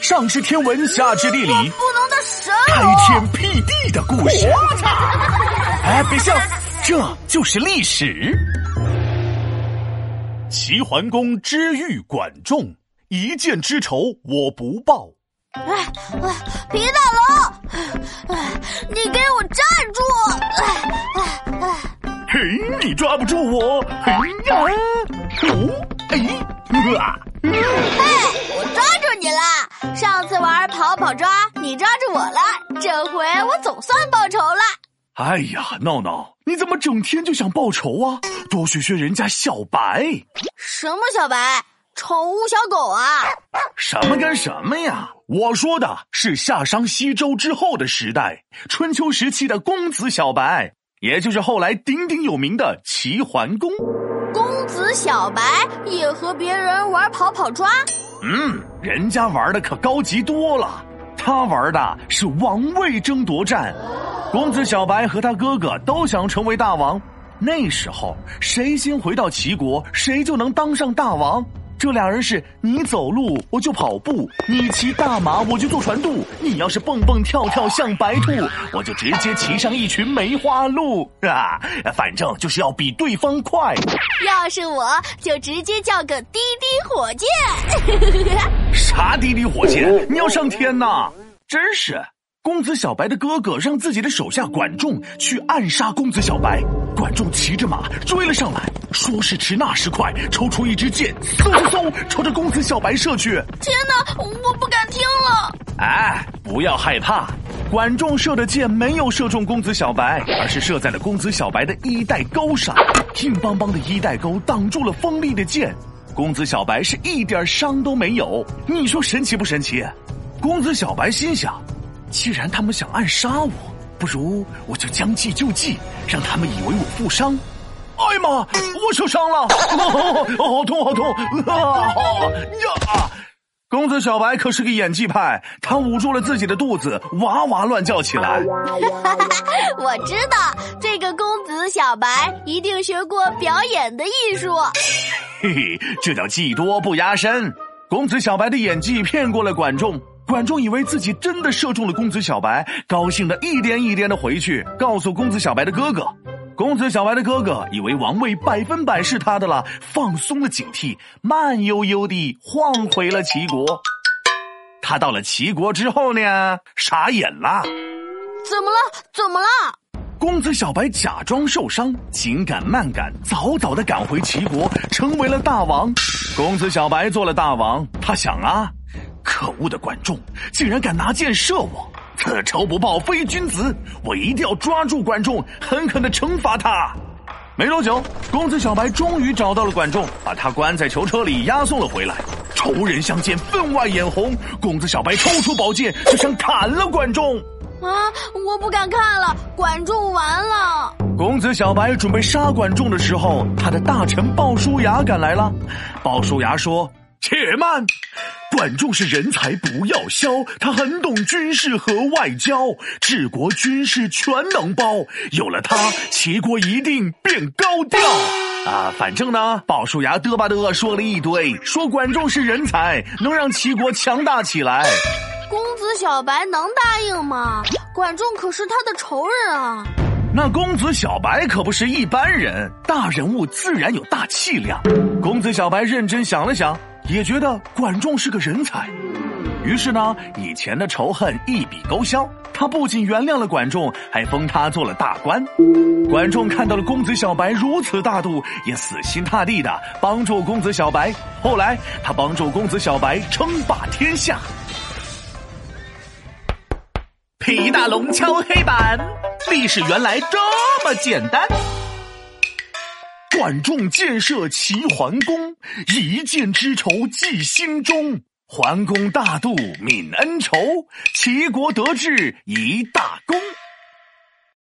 上知天文下知地理， 我不能的神开天辟地的故事。哎，别笑，这就是历史。齐桓公知遇管仲，一箭之仇我不报。 皮大龙，你给我站住！ 嘿，你抓不住我！嘿呀！ 嘿，我抓住你了！上次玩跑跑抓，你抓住我了，这回我总算报仇了。 哎呀，闹闹，你怎么整天就想报仇啊？多学学人家小白。 什么小白？宠物小狗啊？ 什么跟什么呀？我说的是夏商西周之后的时代，春秋时期的公子小白，也就是后来鼎鼎有名的齐桓公。 公子小白也和别人玩跑跑抓？ 人家玩的可高级多了，他玩的是王位争夺战。公子小白和他哥哥都想成为大王，那时候谁先回到齐国，谁就能当上大王。这俩人是你走路我就跑步，你骑大马我就坐船渡，你要是蹦蹦跳跳像白兔，我就直接骑上一群梅花鹿啊！反正就是要比对方快。 要是我就直接叫个滴滴火箭。 啥滴滴火箭？你要上天呐！真是。公子小白的哥哥让自己的手下管仲去暗杀公子小白，管仲骑着马追了上来，说时迟那时快，抽出一支箭，嗖朝着公子小白射去。 天哪，我不敢听了。 哎，不要害怕，管仲射的箭没有射中公子小白，而是射在了公子小白的衣带钩上，硬邦邦的衣带钩挡住了锋利的箭，公子小白是一点伤都没有。你说神奇不神奇？公子小白心想，既然他们想暗杀我，不如我就将计就计，让他们以为我负伤。哎呀妈，我受伤了，好痛呀！公子小白可是个演技派，他捂住了自己的肚子，哇哇乱叫起来。 我知道这个公子小白一定学过表演的艺术。 嘿嘿，这叫技多不压身。公子小白的演技骗过了管仲，管仲以为自己真的射中了公子小白，高兴的一颠一颠的回去告诉公子小白的哥哥。公子小白的哥哥以为王位100%是他的了，放松了警惕，慢悠悠地晃回了齐国。他到了齐国之后呢，傻眼了。 怎么了？ 公子小白假装受伤，紧赶慢赶，早早地赶回齐国，成为了大王。公子小白做了大王，他想啊，可恶的管仲竟然敢拿箭射我，此仇不报非君子，我一定要抓住管仲，狠狠地惩罚他。没多久，公子小白终于找到了管仲，把他关在囚车里押送了回来。仇人相见分外眼红，公子小白抽出宝剑就想砍了管仲。 我不敢看了，管仲完了。 公子小白准备杀管仲的时候，他的大臣鲍叔牙赶来了。鲍叔牙说，且慢，管仲是人才不要削，他很懂军事和外交，治国军事全能包，有了他，齐国一定变高调。反正呢，鲍叔牙嘚吧嘚说了一堆，说管仲是人才，能让齐国强大起来。 公子小白能答应吗？管仲可是他的仇人啊。 那公子小白可不是一般人，大人物自然有大气量。公子小白认真想了想，也觉得管仲是个人才。于是呢，以前的仇恨一笔勾销，他不仅原谅了管仲，还封他做了大官。管仲看到了公子小白如此大度，也死心塌地的帮助公子小白。后来他帮助公子小白称霸天下。皮大龙敲黑板，历史原来这么简单。管仲箭射齐桓公，一箭之仇记心中。桓公大度泯恩仇，齐国得志一大功。